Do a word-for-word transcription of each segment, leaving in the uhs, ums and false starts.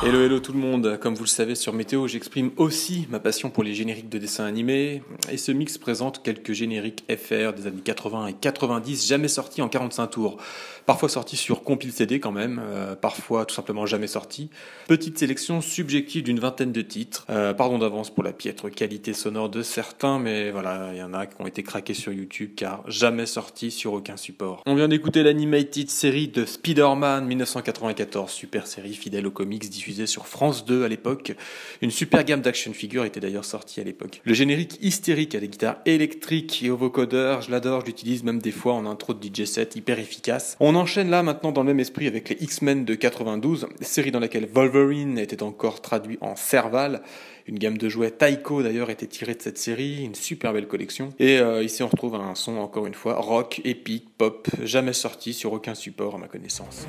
Hello hello tout le monde, comme vous le savez sur Météo, j'exprime aussi ma passion pour les génériques de dessins animés et ce mix présente quelques génériques F R des années quatre-vingts et quatre-vingt-dix jamais sortis en quarante-cinq tours. Parfois sortis sur compile C D quand même, euh, parfois tout simplement jamais sortis. Petite sélection subjective d'une vingtaine de titres. Euh, pardon d'avance pour la piètre qualité sonore de certains, mais voilà, il y en a qui ont été craqués sur YouTube car jamais sortis sur aucun support. On vient d'écouter l'animated série de Spider-Man dix-neuf cent quatre-vingt-quatorze, super série fidèle aux comics diffusée sur France deux à l'époque. Une super gamme d'action figures était d'ailleurs sortie à l'époque. Le générique hystérique à des guitares électriques et au vocodeur, je l'adore, je l'utilise même des fois en intro de D J set, hyper efficace. On enchaîne là maintenant dans le même esprit avec les X-Men de quatre-vingt-douze, série dans laquelle Wolverine était encore traduit en Serval. Une gamme de jouets Taiko d'ailleurs était tirée de cette série, une super belle collection. Et euh, ici on retrouve un son encore une fois rock, épique, pop, jamais sorti sur aucun support à ma connaissance.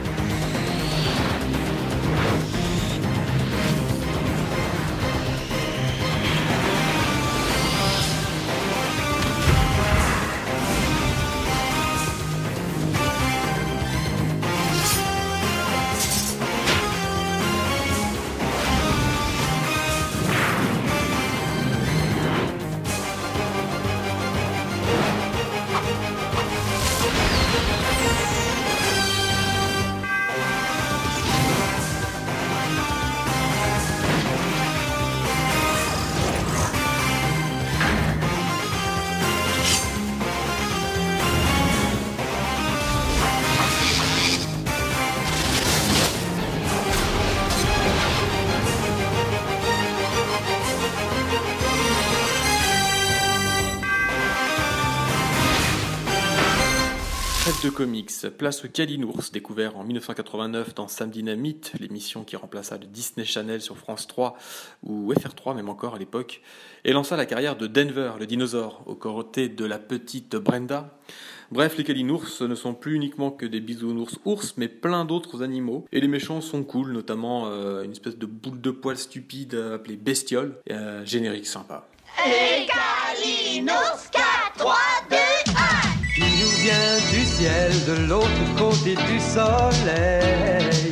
De comics, place au Kalinours, découvert en dix-neuf cent quatre-vingt-neuf dans Sam Dynamite, l'émission qui remplaça le Disney Channel sur France trois, ou F R trois même encore à l'époque, et lança la carrière de Denver, le dinosaure, aux côtés de la petite Brenda. Bref, les Kalinours ne sont plus uniquement que des bisounours ours, mais plein d'autres animaux, et les méchants sont cool, notamment euh, une espèce de boule de poils stupide appelée Bestiole, et un générique sympa. Les Kalinours, quatre, trois, deux, un. Qui nous vient du ciel de l'autre côté du soleil.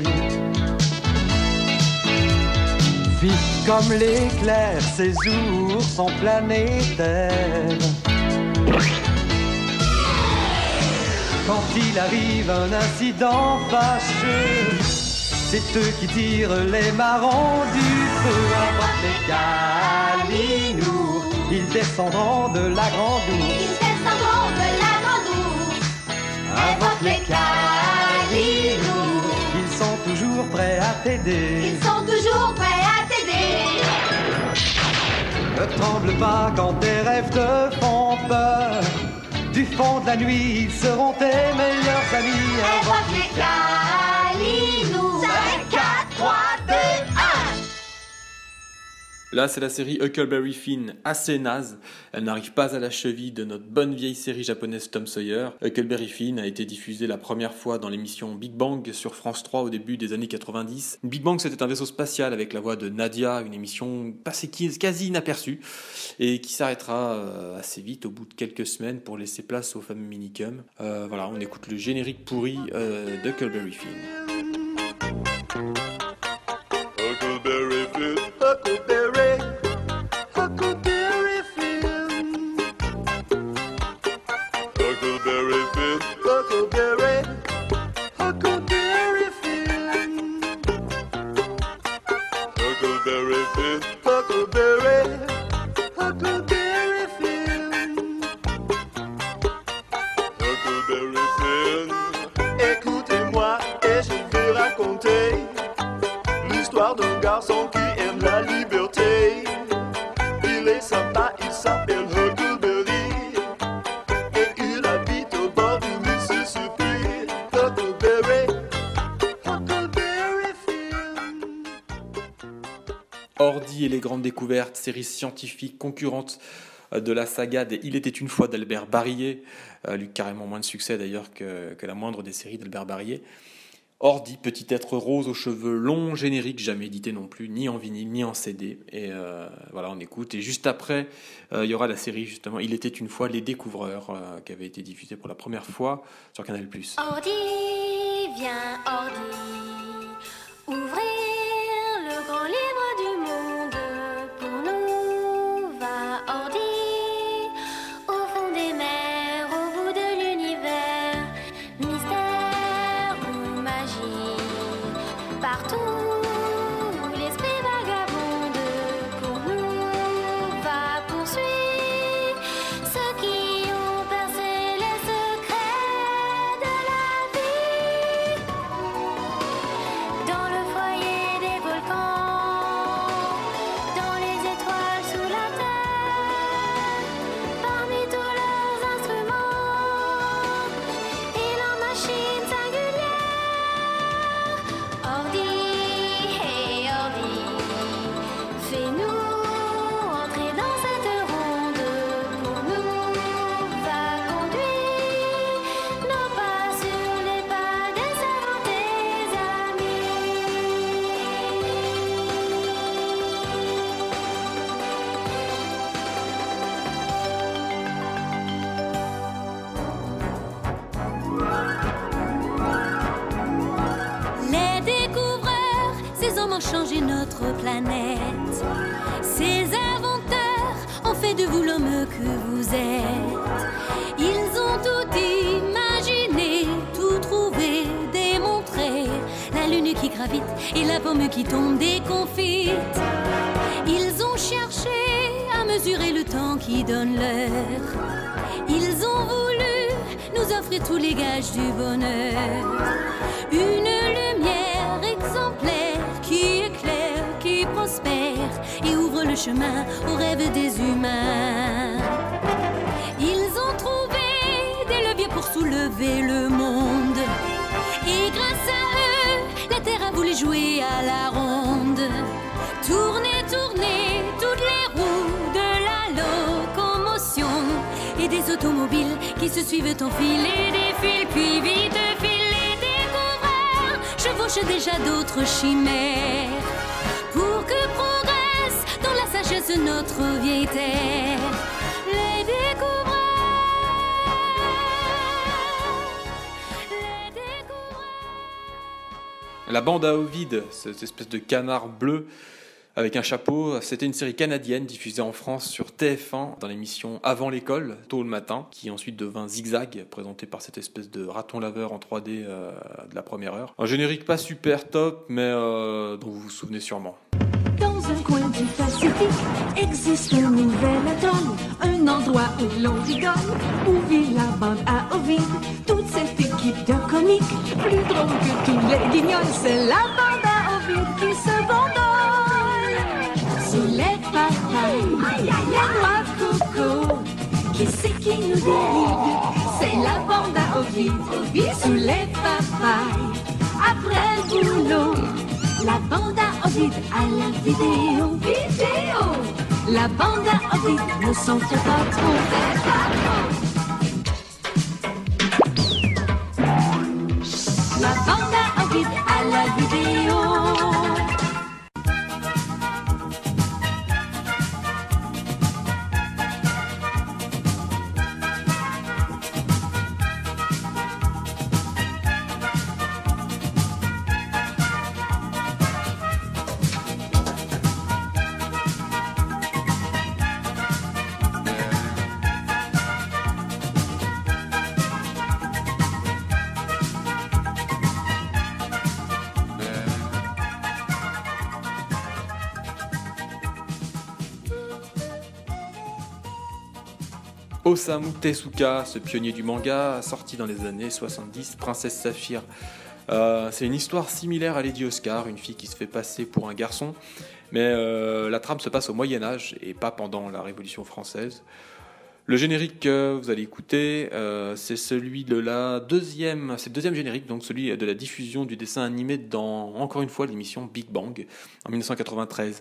Vite comme l'éclair, ces ours sont planétaires. Quand il arrive un incident fâcheux, c'est eux qui tirent les marrons du feu. Invoque les Kalinours, ils descendront de la grande ours. Ils descendront de la grande ours. Invoque les Kalinours, ils sont toujours prêts à t'aider. Ils sont toujours prêts à t'aider. Ne tremble pas quand tes rêves te font peur. Du fond de la nuit, ils seront tes meilleurs amis. Invoque les Kalinours. cinq, quatre, trois, deux, un. Là, c'est la série Huckleberry Finn, assez naze. Elle n'arrive pas à la cheville de notre bonne vieille série japonaise Tom Sawyer. Huckleberry Finn a été diffusée la première fois dans l'émission Big Bang sur France trois au début des années quatre-vingt-dix. Big Bang, c'était un vaisseau spatial avec la voix de Nadia, une émission passée quasi inaperçue et qui s'arrêtera assez vite au bout de quelques semaines pour laisser place au fameux minicum. Euh, voilà, on écoute le générique pourri euh, d'Huckleberry Finn. Huckleberry Finn, Huckleberry, Huckleberry Finn. Huckleberry Finn, Huckleberry, Huckleberry Finn. Huckleberry Finn, Huckleberry, Huckleberry Finn. Huckleberry Finn. Écoutez-moi et je vais raconter l'histoire d'un garçon qui aime la liberté. Il est sympa, il s'appelle Huckleberry et il habite au bord du Mississippi. Huckleberry, Huckleberry Finn. Ordi et les grandes découvertes, série scientifique concurrente de la saga des Il était une fois d'Albert Barillet, euh, lui carrément moins de succès d'ailleurs que, que la moindre des séries d'Albert Barillet. Ordi, petit être rose aux cheveux longs, générique, jamais édité non plus, ni en vinyle, ni en C D. Et euh, voilà, on écoute. Et juste après, euh, il y aura la série, justement, Il était une fois Les Découvreurs, euh, qui avait été diffusée pour la première fois sur Canal plus. Ordi, viens, Ordi, ouvrir ces hommes ont changé notre planète. Ces inventeurs ont fait de vous l'homme que vous êtes. Ils ont tout imaginé, tout trouvé, démontré. La lune qui gravite et la pomme qui tombe déconfite. Ils ont cherché à mesurer le temps qui donne l'heure. Ils ont voulu nous offrir tous les gages du bonheur. Une lumière exemplaire qui éclaire, qui prospère et ouvre le chemin aux rêves des humains. Ils ont trouvé des leviers pour soulever le monde. Et grâce à eux, la terre a voulu jouer à la ronde. Tourner, tourner, toutes les roues de la locomotion. Et des automobiles qui se suivent en file et défilent, puis vite filent les découvreurs. Chevauchent déjà d'autres chimères. Pour que progresse dans la sagesse notre vieille terre. Les découvreurs. Les découvreurs. La bande à Ovide, cette espèce de canard bleu avec un chapeau, c'était une série canadienne diffusée en France sur T F un dans l'émission Avant l'école, tôt le matin, qui ensuite devint Zigzag, présenté par cette espèce de raton laveur en trois D euh, de la première heure. Un générique pas super top, mais euh, dont vous vous souvenez sûrement. Dans un coin du Pacifique existe un nouvel atoll, un endroit où l'on rigole, où vit la bande à Ovide. Toute cette équipe de comiques, plus drôle que tous les guignols, c'est la bande à Ovide qui se gondole. Sous les papayes, les noix de coco, qui c'est qui nous dérive? C'est la bande à Ovide, Ovide sous les papayes. Après le boulot, la bande à Ovide à la vidéo, vidéo. La bande à Ovide ne s'en fait pas trop, fait pas trop. La bande à Ovide à la vidéo. Osamu Tezuka, ce pionnier du manga, sorti dans les années soixante-dix, Princesse Saphir. Euh, c'est une histoire similaire à Lady Oscar, une fille qui se fait passer pour un garçon, mais euh, la trame se passe au Moyen-Âge et pas pendant la Révolution française. Le générique que vous allez écouter, euh, c'est celui de la deuxième, c'est le deuxième générique, donc celui de la diffusion du dessin animé dans, encore une fois, l'émission Big Bang, en dix-neuf cent quatre-vingt-treize.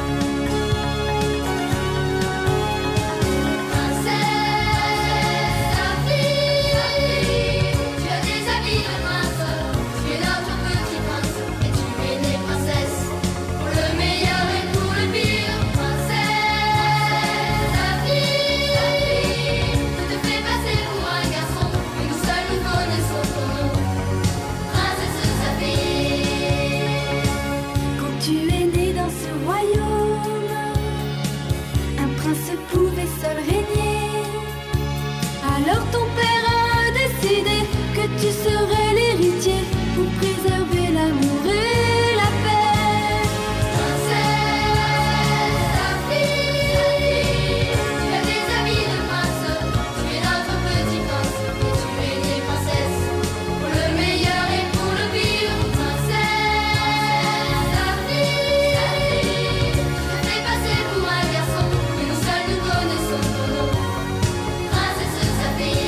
Tu serais l'héritier pour préserver l'amour et la paix. Princesse Saphir, tu as des habits de prince, tu es notre petit prince, et tu es née princesse, pour le meilleur et pour le pire. Princesse Saphir, tu te fais passer pour un garçon, mais nous seuls nous connaissons ton nom. Princesse Saphir.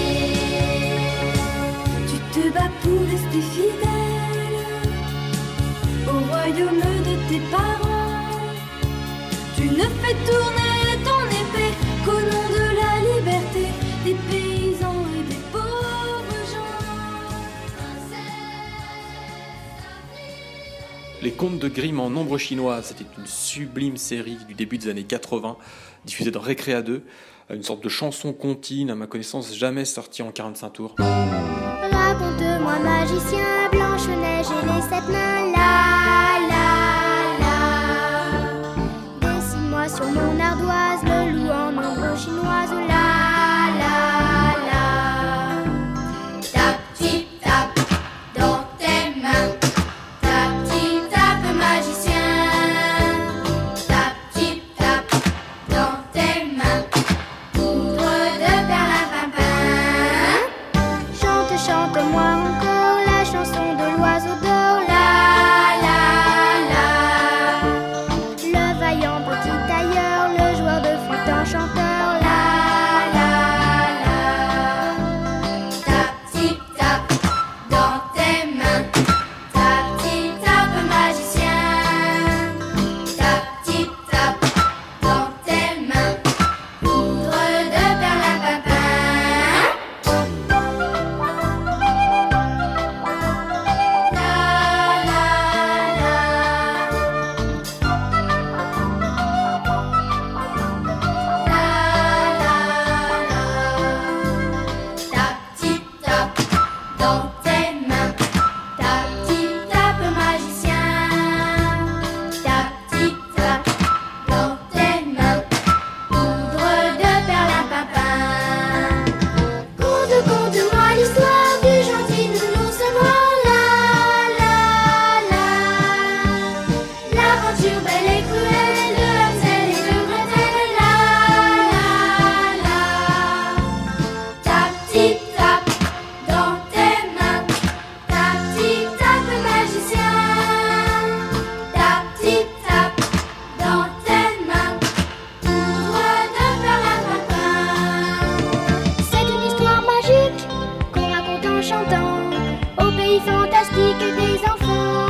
Tu te bats pour rester fidèle au royaume de tes parents. Tu ne fais tourner ton épée qu'au nom de la liberté des paysans et des pauvres gens. Les Contes de Grimm en ombre chinoise, c'était une sublime série du début des années quatre-vingts, diffusée dans Récréa deux, une sorte de chanson comptine, à ma connaissance jamais sortie en quarante-cinq tours. Raconte-moi magicien, Blanche-Neige et les sept nains, la la Belle et cruelle de Hansel et de Gretel, la la la. Tap tip tap dans tes mains, tap tip tap le magicien. Tap tip tap dans tes mains, ouvre de perlimpinpin. C'est une histoire magique qu'on raconte en chantant au pays fantastique des enfants.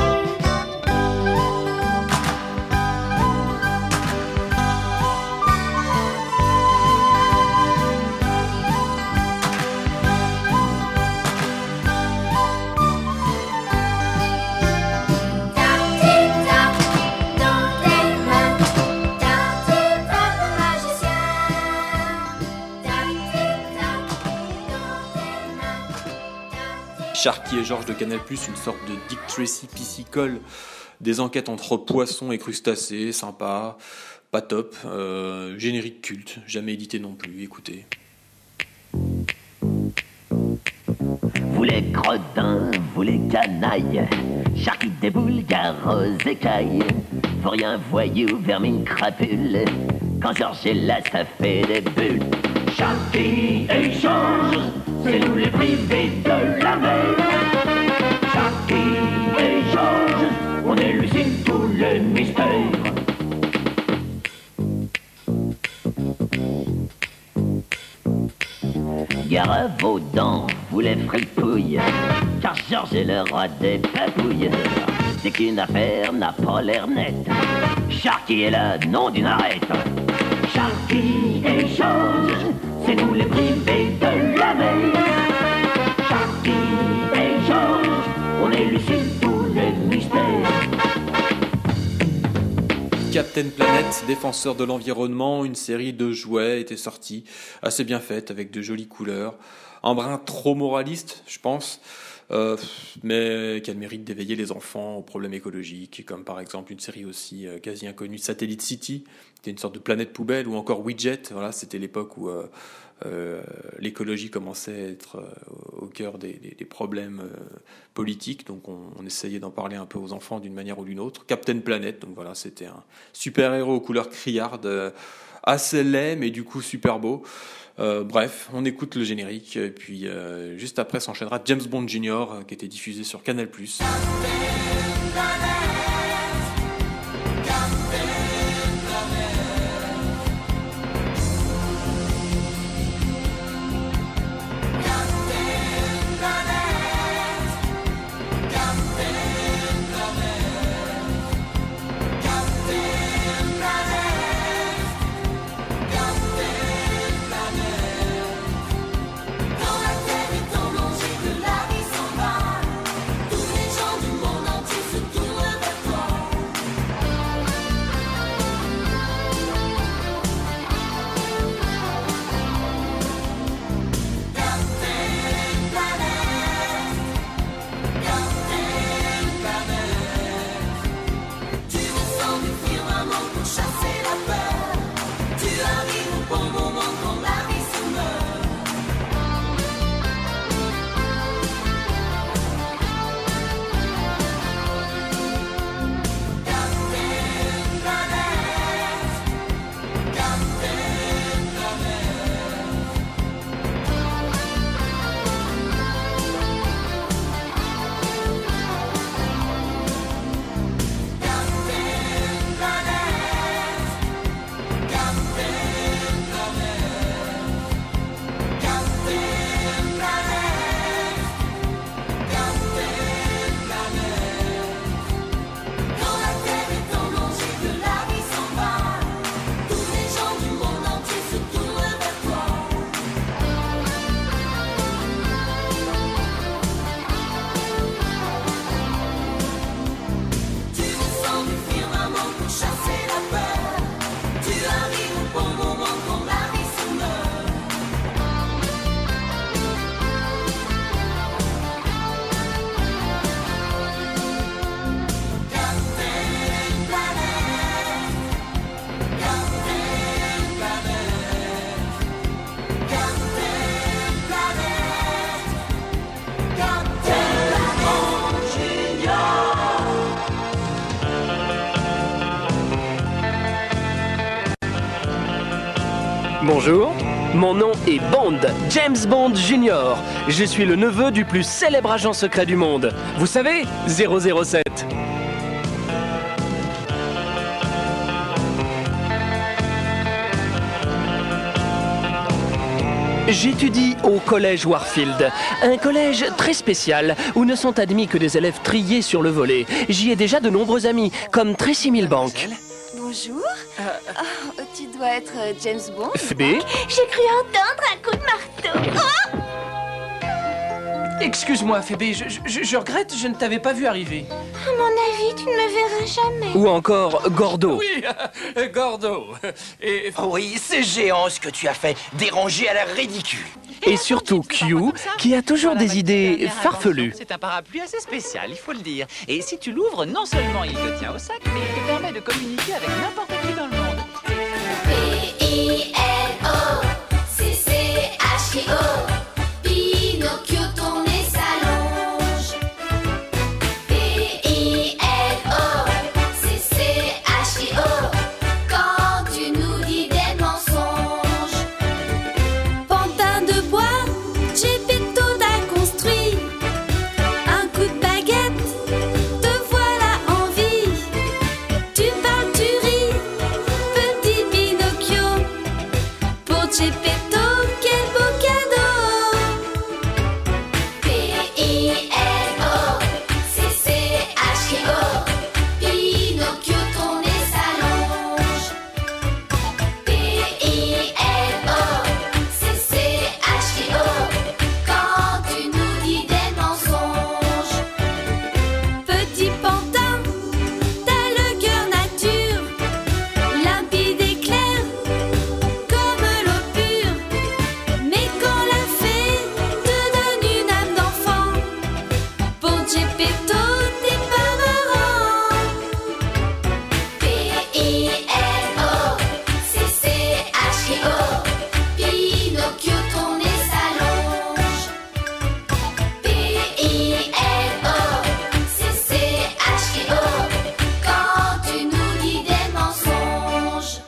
Tap tip tap dans tes mains, tap tip tap le magicien. Tap tip tap dans tes mains, tap tip. Sharky et Georges de Canal+, une sorte de Dick Tracy piscicole, des enquêtes entre poissons et crustacés, sympa, pas top, euh, générique culte, jamais édité non plus, écoutez. Vous les gredins, vous les canailles, Sharky déboule, gare aux écailles, faut rien voyou, vermine crapule, quand Georges est là, ça fait des bulles. Sharky et Georges, c'est nous les privés de la mer. Sharky et Georges, on élucide tous les mystères. Gare à vos dents, vous les fripouilles, car Georges est le roi des papouilles. C'est qu'une affaire n'a pas l'air nette, Sharky est le nom d'une arête. Sharky et Georges, c'est nous les privés de la mer. Sharky et Georges, on élucide tous les mystères. Captain Planet, défenseur de l'environnement, une série de jouets était sortie, assez bien faite, avec de jolies couleurs. Un brin trop moraliste, je pense, euh, mais qui a le mérite d'éveiller les enfants aux problèmes écologiques, comme par exemple une série aussi euh, quasi inconnue, Satellite City, qui était une sorte de planète poubelle, ou encore Widget. Voilà, c'était l'époque où euh, euh, l'écologie commençait à être euh, au cœur des, des, des problèmes euh, politiques, donc on, on essayait d'en parler un peu aux enfants d'une manière ou d'une autre. Captain Planet, donc voilà, c'était un super-héros aux couleurs criardes, euh, assez laid, mais du coup super beau. Euh, bref, on écoute le générique, et puis euh, juste après s'enchaînera James Bond Junior, euh, qui était diffusé sur Canal+. Dans la terre est en danger, que la vie s'en va. Tous les gens du monde entier se tournent Bonjour, mon nom est Bond, James Bond Junior. Je suis le neveu du plus célèbre agent secret du monde. Vous savez, zéro zéro sept. J'étudie au collège Warfield, un collège très spécial où ne sont admis que des élèves triés sur le volet. J'y ai déjà de nombreux amis, comme Tracy Milbank. Bonjour. Oh, tu dois être euh, James Bond. Phoebe. J'ai cru entendre un coup de marteau. Oh Excuse-moi, Phoebe, je, je, je regrette, je ne t'avais pas vu arriver. À mon avis, tu ne me verras jamais. Ou encore Gordo. Oui, euh, Gordo. Et... Oh oui, c'est géant ce que tu as fait. Dérangé à la ridicule. Et surtout Q, qui a toujours des idées farfelues. C'est un parapluie assez spécial, il faut le dire. Et si tu l'ouvres, non seulement il te tient au sac, mais il te permet de communiquer avec n'importe qui dans le monde. P I N O C C H I O Pinocchio, ton nez s'allonge. P I N O C C H I O quand tu nous dis des mensonges. Pantin de bois, Geppetto t'a construit. Un coup de baguette, te voilà en vie. Tu parles, tu ris, petit Pinocchio. Pour Geppetto, quel beau cadeau. P I N O C C H I O Pinocchio, ton nez s'allonge. P I N O C C H I O quand tu nous dis des mensonges. Petit pantin, t'as le cœur nature, limpide et clair, comme l'eau pure. Mais quand la fée te donne une âme d'enfant, pour Geppetto, t'es pas marrant. P I N O C C H I O Pinocchio, ton nez s'allonge. P I N O C C H I O quand tu nous dis des mensonges.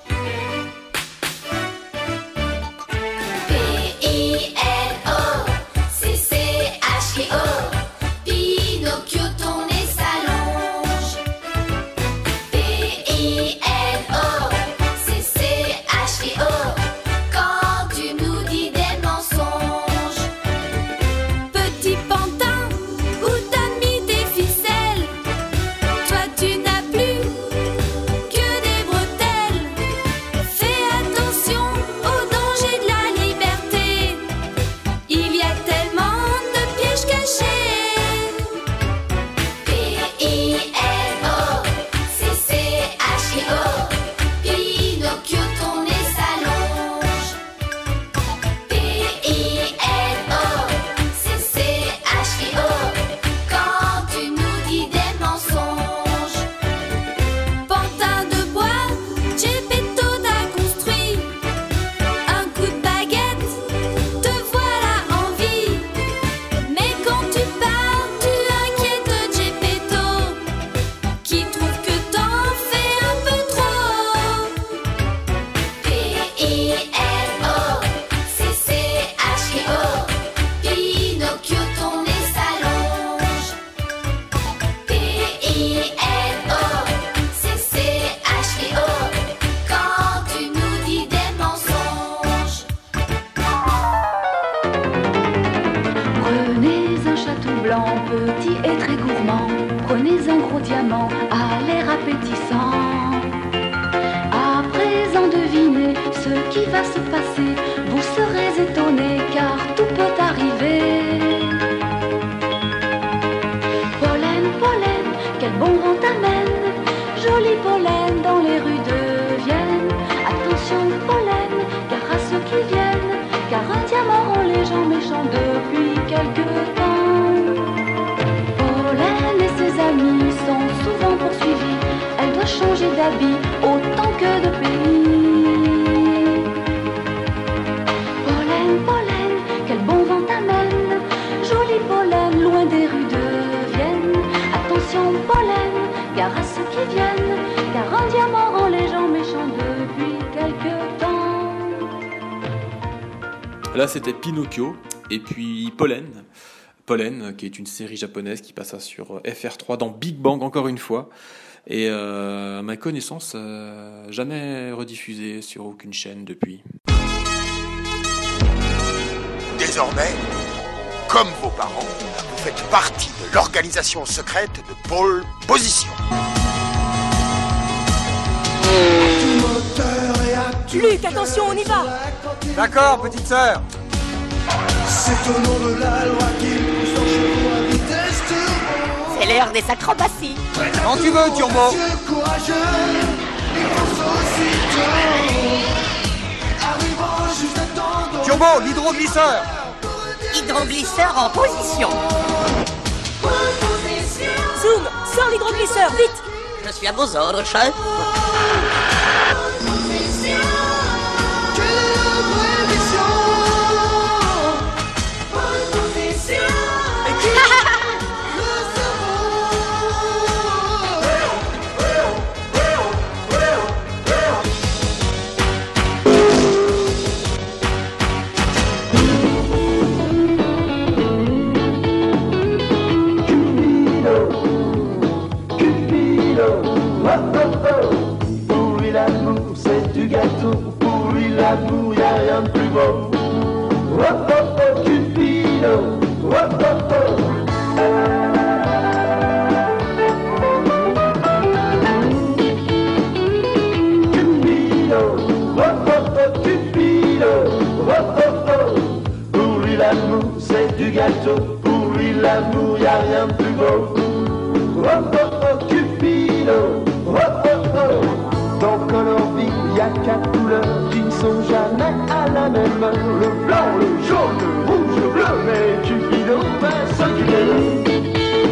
P I N O C C H I O Pinocchio, ton nez s'allonge. P I N O C C H I O quand tu nous dis des mensonges. Petit pantin, où t'as mis tes ficelles? Toi tu n'as plus que des bretelles. Fais attention aux dangers de la liberté. Il y a tellement de pièges cachés. P I N O C C H I O Pinocchio, ton nez s'allonge. P I N O C C H I O quand tu nous dis des mensonges. Pantin de bois, Geppetto t'a construit. Un coup de baguette, te voilà en vie. Mais quand tu pars, tu inquiètes Geppetto, qui trouve que t'en fais un peu trop. P I N O C C H I O Pinocchio, ton nez s'allonge. P I N O C C H I O quand tu nous dis des mensonges. Prenez un château blanc, petit et très gourmand. Prenez un gros diamant à l'air appétissant. À présent devinez ce qui va se passer. Vous serez étonnés car tout peut arriver. Pollen, pollen, quel bon vent t'amène. Joli pollen dans les rues de Vienne. Attention pollen, car à ceux qui viennent, car un diamant rend les gens méchants depuis quelque temps. Pollen et ses amis sont souvent poursuivis. Elle doit changer d'habit autant que de pays. Pollen, pollen, quel bon vent t'amène. Joli pollen, loin des rues de Vienne. Attention pollen, car à ceux qui viennent, car un diamant rend les gens méchants depuis quelque temps. Là, c'était Pinocchio, et puis Pollen. Pollen, qui est une série japonaise qui passa sur F R trois dans Big Bang, encore une fois. Et euh, à ma connaissance, euh, jamais rediffusée sur aucune chaîne depuis. Désormais, comme vos parents, vous faites partie de l'organisation secrète de Pôle Position. Luc, attention, on y va. D'accord, petite sœur. C'est au nom de la loi qu'il pousse en chevaux à vitesse turbo. C'est l'heure des acrobaties. Quand tu veux, Turbo. Courageux, il pense aussitôt. Arrivant juste à temps. Turbo, l'hydroglisseur. Hydroglisseur en position. Zoom, sors l'hydroglisseur, vite. Je suis à vos ordres, chef. Pour lui l'amour, y'a rien de plus beau. Oh oh oh, Cupido. Oh oh oh. Cupido. Oh oh oh, Cupido. Oh oh oh. Pour lui l'amour, c'est du gâteau. Pour lui l'amour, y'a rien de plus beau. Oh oh oh, Cupido. Oh oh oh. Dans Colorville, y a quatre couleurs qui ne sont jamais à la même heure. Le blanc, le jaune, le rouge, le bleu. Mais Cupido, ben s'occuper.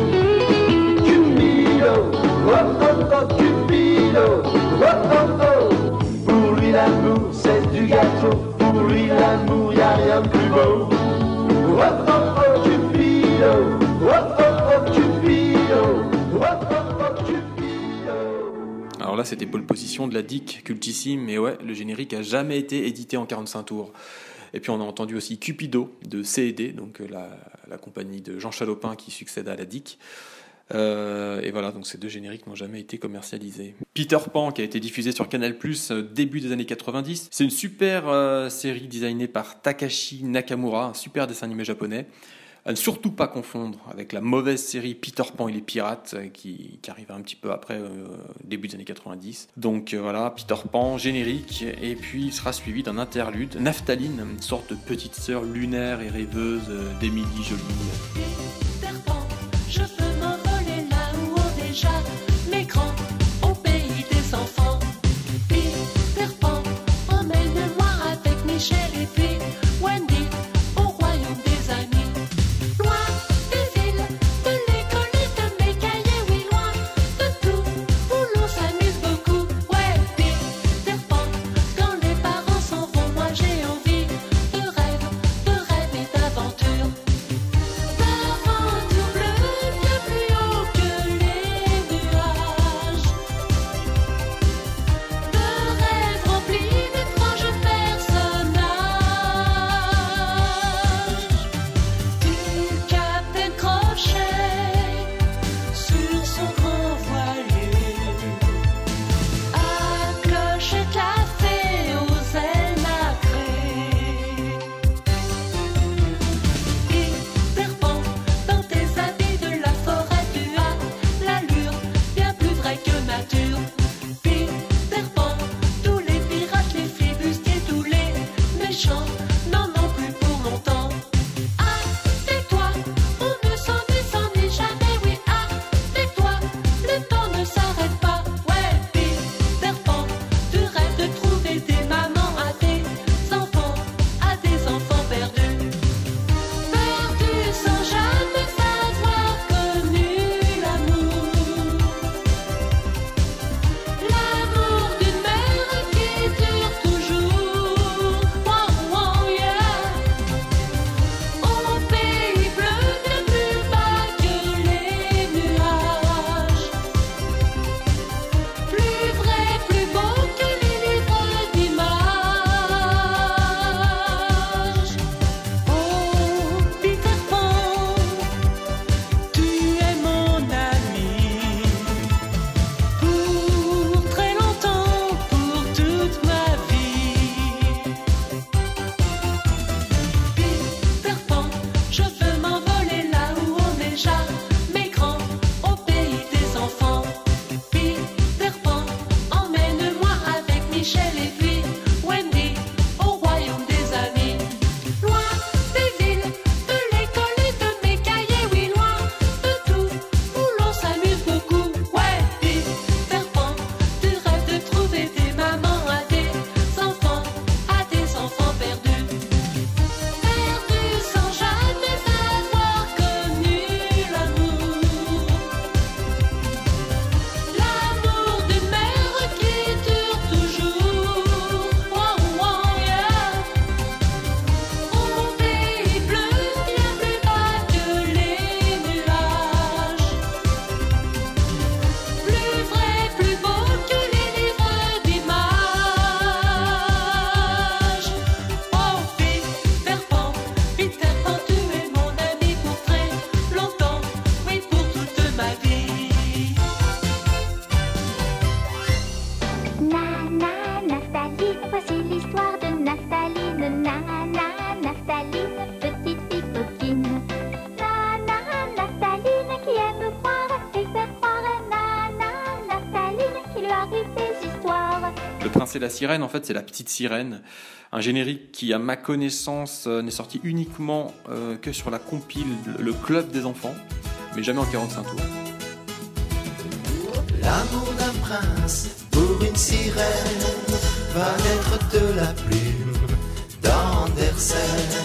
Cupido, oh oh oh, Cupido, oh oh oh. Pour lui l'amour, c'est du gâteau. Pour lui l'amour, y a rien de plus beau. Oh oh oh, Cupido, oh oh oh, Cupido, oh oh oh, Cupido. Alors là, c'était Pôle Position de la D I C, cultissime, mais ouais, le générique a jamais été édité en quarante-cinq tours. Et puis on a entendu aussi Cupido de C et D, donc la, la compagnie de Jean Chalopin qui succède à la D I C. Euh, et voilà, donc ces deux génériques n'ont jamais été commercialisés. Peter Pan, qui a été diffusé sur Canal plus, euh, début des années quatre-vingt-dix. C'est une super euh, série designée par Takashi Nakamura, un super dessin animé japonais. À ne surtout pas confondre avec la mauvaise série Peter Pan et les pirates qui, qui arrive un petit peu après, euh, début des années quatre-vingt-dix. Donc euh, voilà, Peter Pan, générique, et puis il sera suivi d'un interlude, Naphtaline, une sorte de petite sœur lunaire et rêveuse euh, d'Émilie Jolie. Peter Pan, je peux m'envoler là où ont déjà mes grands, au pays des enfants. Peter Pan, emmène-moi avec Michel et puis Wendy. Devant arrivent des histoires. Le Prince et la Sirène, en fait, c'est la petite sirène. Un générique qui, à ma connaissance, euh, n'est sorti uniquement euh, que sur la compile Le Club des enfants, mais jamais en quarante-cinq tours. L'amour d'un prince pour une sirène va naître de la plume d'Andersen.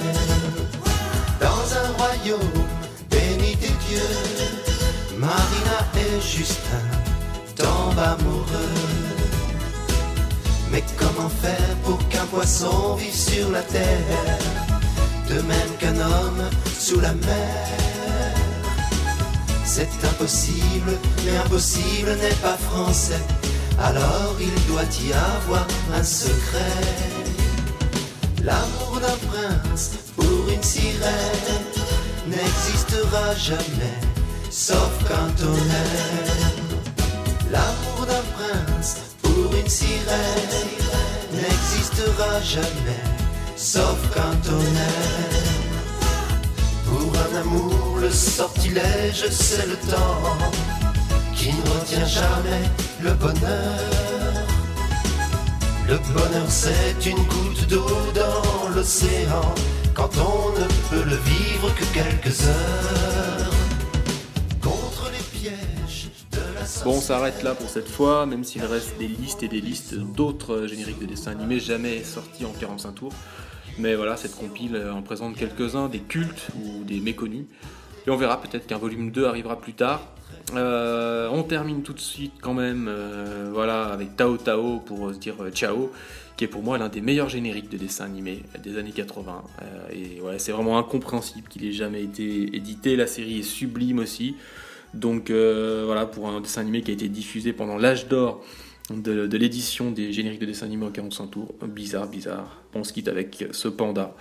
Dans un royaume béni des dieux, Marina et Justin tombent amoureux. Mais comment faire pour qu'un poisson vive sur la terre, de même qu'un homme sous la mer? C'est impossible, mais impossible n'est pas français. Alors il doit y avoir un secret. L'amour d'un prince pour une sirène n'existera jamais, sauf quand on aime. L'amour d'un prince pour une sirène n'existera jamais, sauf quand on aime. Pour un amour, le sortilège, c'est le temps qui ne retient jamais le bonheur. Le bonheur, c'est une goutte d'eau dans l'océan, quand on ne peut le vivre que quelques heures. Contre les pièges de la sorcellerie. Bon, on s'arrête là pour cette fois, même s'il reste des listes et des listes d'autres génériques de dessins animés jamais sortis en quarante-cinq tours. Mais voilà, cette compile en présente quelques-uns, des cultes ou des méconnus. Et on verra peut-être qu'un volume deux arrivera plus tard. Euh, on termine tout de suite quand même euh, voilà, avec Tao Tao pour se dire euh, ciao, qui est pour moi l'un des meilleurs génériques de dessins animés des années quatre-vingts. Euh, et ouais, c'est vraiment incompréhensible qu'il ait jamais été édité. La série est sublime aussi. Donc euh, voilà, pour un dessin animé qui a été diffusé pendant l'âge d'or de, de l'édition des génériques de dessins animés en quarante-cinq tours. Bizarre, bizarre. On se quitte avec ce panda.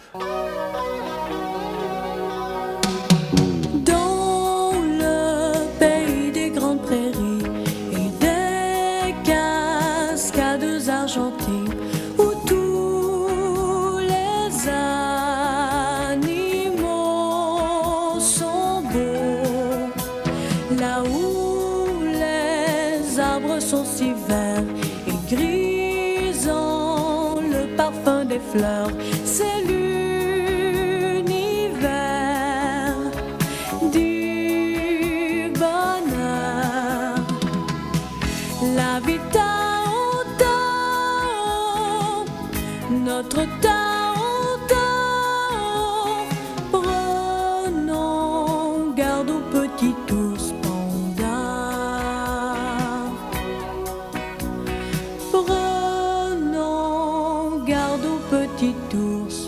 Dans le pays des grandes prairies et des cascades argentines, où tous les animaux sont beaux, là où les arbres sont si verts et grisants, le parfum des fleurs, c'est l'univers du bonheur. La vie Tao Tao, notre Tao Tao, prenons garde aux petits ours pandas. Prenons garde aux petits ours